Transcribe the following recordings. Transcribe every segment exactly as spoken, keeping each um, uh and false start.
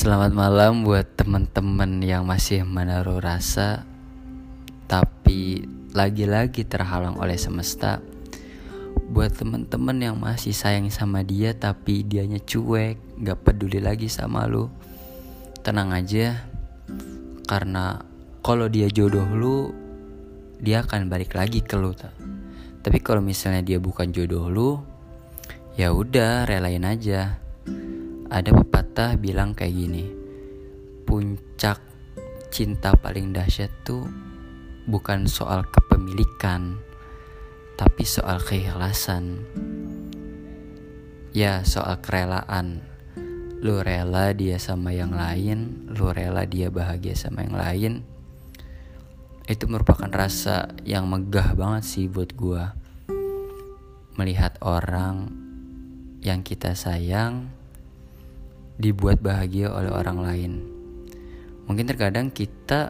Selamat malam buat teman-teman yang masih menaruh rasa tapi lagi-lagi terhalang oleh semesta. Buat teman-teman yang masih sayang sama dia tapi dianya cuek, gak peduli lagi sama lu. Tenang aja, karena kalau dia jodoh lu, dia akan balik lagi ke lu. Tapi kalau misalnya dia bukan jodoh lu, ya udah relain aja. Ada pepatah bilang kayak gini, puncak cinta paling dahsyat tuh bukan soal kepemilikan, tapi soal keikhlasan. Ya, soal kerelaan. Lu rela dia sama yang lain, lu rela dia bahagia sama yang lain. Itu merupakan rasa yang megah banget sih buat gua. Melihat orang yang kita sayang dibuat bahagia oleh orang lain. Mungkin terkadang kita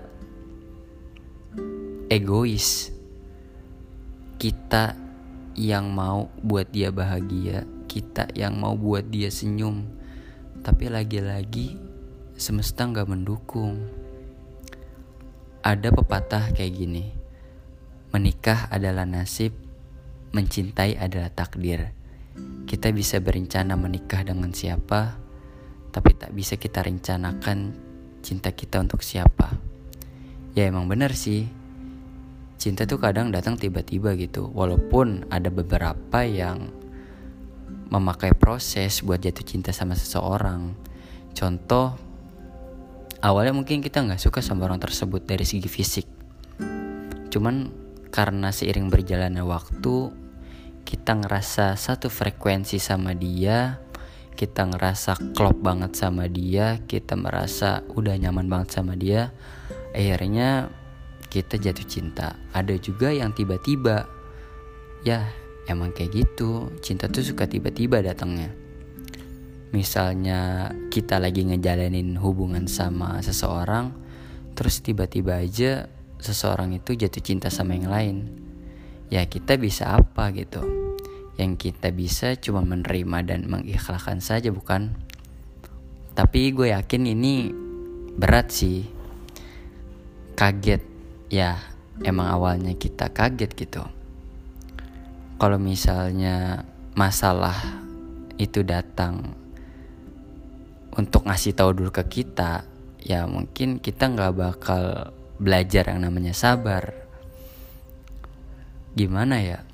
egois. Kita yang mau buat dia bahagia, kita yang mau buat dia senyum. Tapi lagi-lagi semesta gak mendukung. Ada pepatah kayak gini, menikah adalah nasib, mencintai adalah takdir. Kita bisa berencana menikah dengan siapa, tapi tak bisa kita rencanakan cinta kita untuk siapa. Ya emang benar sih, cinta tuh kadang datang tiba-tiba gitu. Walaupun ada beberapa yang memakai proses buat jatuh cinta sama seseorang. Contoh, awalnya mungkin kita gak suka sama orang tersebut dari segi fisik. Cuman karena seiring berjalannya waktu, kita ngerasa satu frekuensi sama dia, kita ngerasa klop banget sama dia, kita merasa udah nyaman banget sama dia, akhirnya kita jatuh cinta. Ada juga yang tiba-tiba, ya emang kayak gitu, cinta tuh suka tiba-tiba datangnya. Misalnya kita lagi ngejalanin hubungan sama seseorang, terus tiba-tiba aja seseorang itu jatuh cinta sama yang lain. Ya kita bisa apa gitu? Yang kita bisa cuma menerima dan mengikhlaskan saja, bukan? Tapi gue yakin ini berat sih. Kaget. Ya emang awalnya kita kaget gitu. Kalau misalnya masalah itu datang untuk ngasih tahu dulu ke kita, ya mungkin kita gak bakal belajar yang namanya sabar. Gimana ya?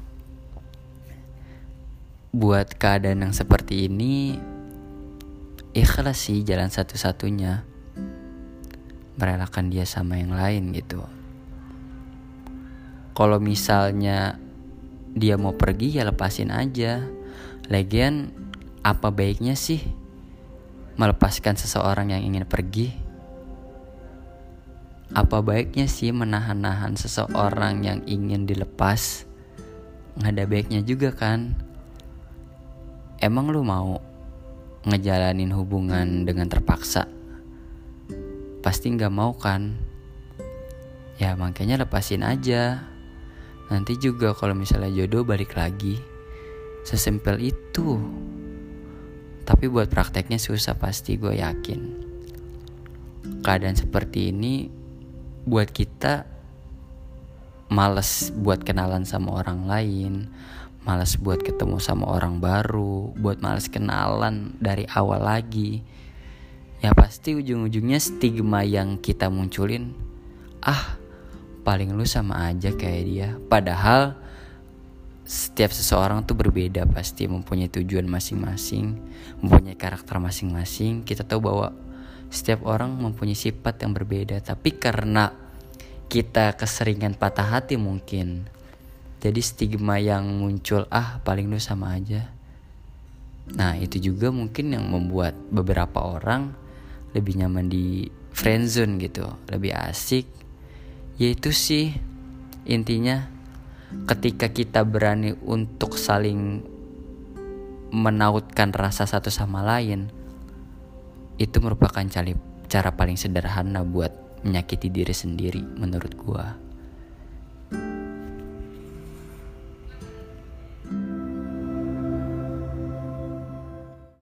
Buat keadaan yang seperti ini, ikhlas sih jalan satu-satunya. Merelakan dia sama yang lain gitu. Kalau misalnya dia mau pergi, ya lepasin aja. Lagian apa baiknya sih melepaskan seseorang yang ingin pergi? Apa baiknya sih menahan-nahan seseorang yang ingin dilepas? Gak ada baiknya juga kan? Emang lu mau ngejalanin hubungan dengan terpaksa? Pasti gak mau kan? Ya makanya lepasin aja. Nanti juga kalau misalnya jodoh balik lagi. Sesimpel itu. Tapi buat prakteknya susah pasti, gue yakin. Keadaan seperti ini buat kita males buat kenalan sama orang lain, malas buat ketemu sama orang baru, buat malas kenalan dari awal lagi. Ya pasti ujung-ujungnya stigma yang kita munculin, ah paling lu sama aja kayak dia. Padahal setiap seseorang tuh berbeda, pasti mempunyai tujuan masing-masing, mempunyai karakter masing-masing. Kita tahu bahwa setiap orang mempunyai sifat yang berbeda, tapi karena kita keseringan patah hati mungkin, jadi stigma yang muncul, ah paling lu sama aja. Nah itu juga mungkin yang membuat beberapa orang lebih nyaman di friendzone gitu, lebih asik. Yaitu sih intinya, ketika kita berani untuk saling menautkan rasa satu sama lain, itu merupakan cara paling sederhana buat menyakiti diri sendiri menurut gua.